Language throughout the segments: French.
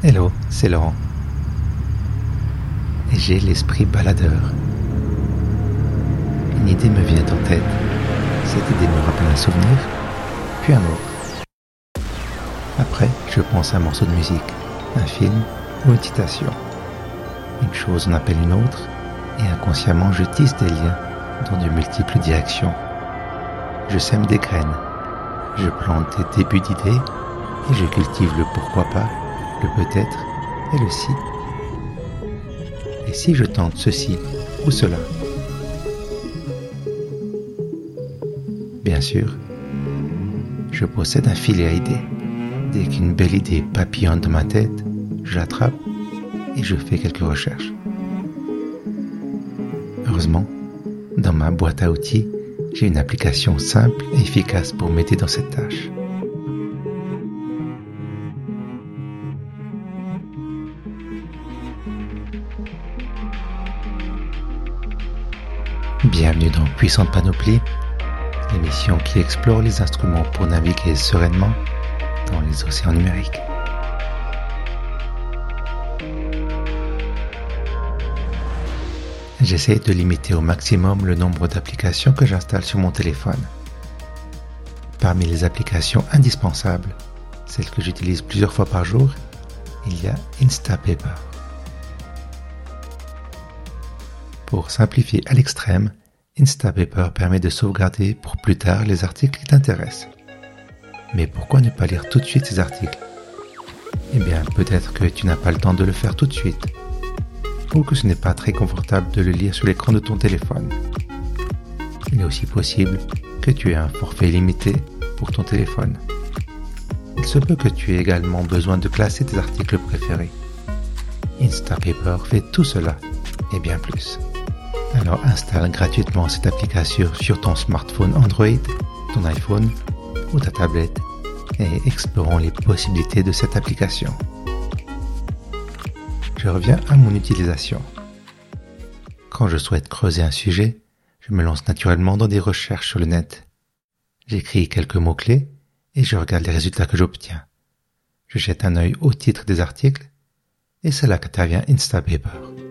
Hello, c'est Laurent. Et j'ai l'esprit baladeur. Une idée me vient en tête. Cette idée me rappelle un souvenir, puis un autre. Après, je pense à un morceau de musique, un film ou une citation. Une chose en appelle une autre, et inconsciemment je tisse des liens dans de multiples directions. Je sème des graines, je plante des débuts d'idées, et je cultive le pourquoi pas, le peut-être et le si. Et si je tente ceci ou cela? Bien sûr, je possède un filet à idées. Dès qu'une belle idée papillonne dans ma tête, je l'attrape et je fais quelques recherches. Heureusement, dans ma boîte à outils, j'ai une application simple et efficace pour m'aider dans cette tâche. Bienvenue dans Puissante Panoplie, l'émission qui explore les instruments pour naviguer sereinement dans les océans numériques. J'essaie de limiter au maximum le nombre d'applications que j'installe sur mon téléphone. Parmi les applications indispensables, celles que j'utilise plusieurs fois par jour, il y a Instapaper. Pour simplifier à l'extrême, Instapaper permet de sauvegarder pour plus tard les articles qui t'intéressent. Mais pourquoi ne pas lire tout de suite ces articles? Eh bien, peut-être que tu n'as pas le temps de le faire tout de suite, ou que ce n'est pas très confortable de le lire sur l'écran de ton téléphone. Il est aussi possible que tu aies un forfait limité pour ton téléphone. Il se peut que tu aies également besoin de classer tes articles préférés. Instapaper fait tout cela et bien plus. Alors installe gratuitement cette application sur ton smartphone Android, ton iPhone ou ta tablette et explorons les possibilités de cette application. Je reviens à mon utilisation. Quand je souhaite creuser un sujet, je me lance naturellement dans des recherches sur le net. J'écris quelques mots-clés et je regarde les résultats que j'obtiens. Je jette un œil au titre des articles et c'est là qu'intervient Instapaper.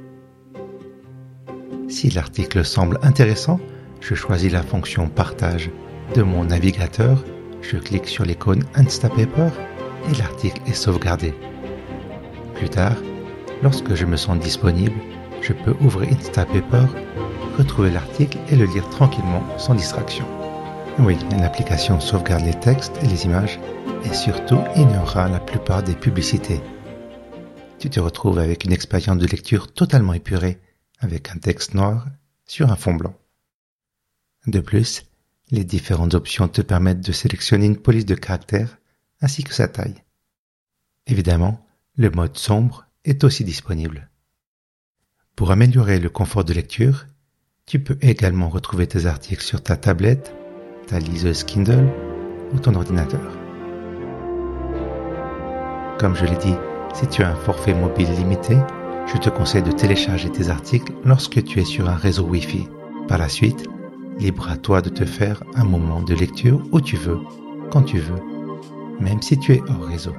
Si l'article semble intéressant, je choisis la fonction Partage de mon navigateur, je clique sur l'icône Instapaper et l'article est sauvegardé. Plus tard, lorsque je me sens disponible, je peux ouvrir Instapaper, retrouver l'article et le lire tranquillement sans distraction. Oui, l'application sauvegarde les textes et les images et surtout ignorera la plupart des publicités. Tu te retrouves avec une expérience de lecture totalement épurée, avec un texte noir sur un fond blanc. De plus, les différentes options te permettent de sélectionner une police de caractères ainsi que sa taille. Évidemment, le mode sombre est aussi disponible. Pour améliorer le confort de lecture, tu peux également retrouver tes articles sur ta tablette, ta liseuse Kindle ou ton ordinateur. Comme je l'ai dit, si tu as un forfait mobile limité, je te conseille de télécharger tes articles lorsque tu es sur un réseau Wi-Fi. Par la suite, libre à toi de te faire un moment de lecture où tu veux, quand tu veux, même si tu es hors réseau.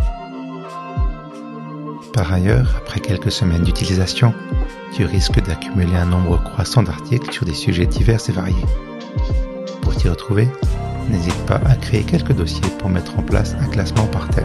Par ailleurs, après quelques semaines d'utilisation, tu risques d'accumuler un nombre croissant d'articles sur des sujets divers et variés. Pour t'y retrouver, n'hésite pas à créer quelques dossiers pour mettre en place un classement par thème.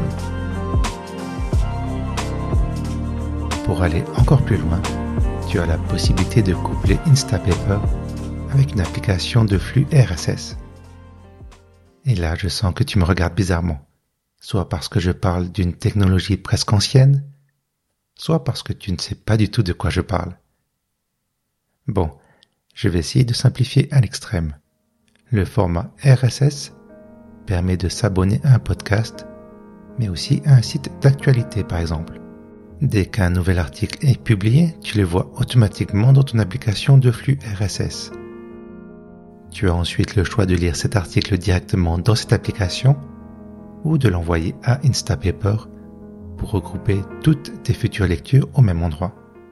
Pour aller encore plus loin, tu as la possibilité de coupler Instapaper avec une application de flux RSS. Et là, je sens que tu me regardes bizarrement, soit parce que je parle d'une technologie presque ancienne, soit parce que tu ne sais pas du tout de quoi je parle. Bon, je vais essayer de simplifier à l'extrême. Le format RSS permet de s'abonner à un podcast, mais aussi à un site d'actualité par exemple. Dès qu'un nouvel article est publié, tu le vois automatiquement dans ton application de flux RSS. Tu as ensuite le choix de lire cet article directement dans cette application ou de l'envoyer à Instapaper pour regrouper toutes tes futures lectures au même endroit.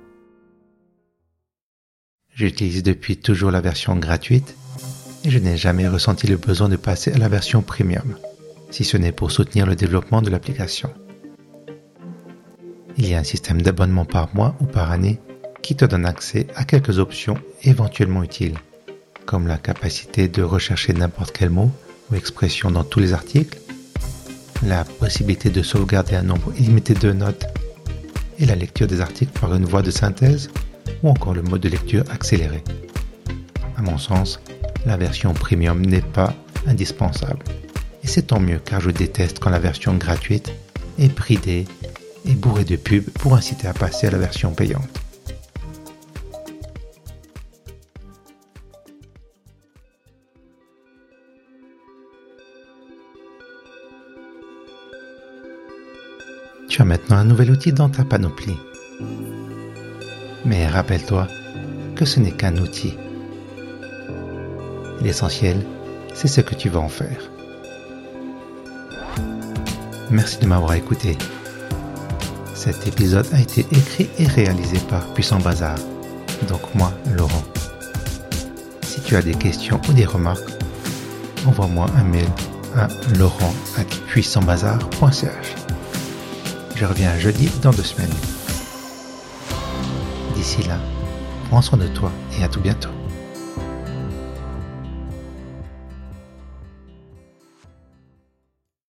J'utilise depuis toujours la version gratuite et je n'ai jamais ressenti le besoin de passer à la version premium, si ce n'est pour soutenir le développement de l'application. Il y a un système d'abonnement par mois ou par année qui te donne accès à quelques options éventuellement utiles, comme la capacité de rechercher n'importe quel mot ou expression dans tous les articles, la possibilité de sauvegarder un nombre illimité de notes et la lecture des articles par une voix de synthèse ou encore le mode de lecture accéléré. À mon sens, la version premium n'est pas indispensable. Et c'est tant mieux car je déteste quand la version gratuite est bridée et bourrée de pubs pour inciter à passer à la version payante. Tu as maintenant un nouvel outil dans ta panoplie. Mais rappelle-toi que ce n'est qu'un outil. L'essentiel, c'est ce que tu vas en faire. Merci de m'avoir écouté. Cet épisode a été écrit et réalisé par Puissant Bazar, donc moi, Laurent. Si tu as des questions ou des remarques, envoie-moi un mail à laurent@puissantbazar.ch. Je reviens jeudi dans 2 semaines. D'ici là, prends soin de toi et à tout bientôt.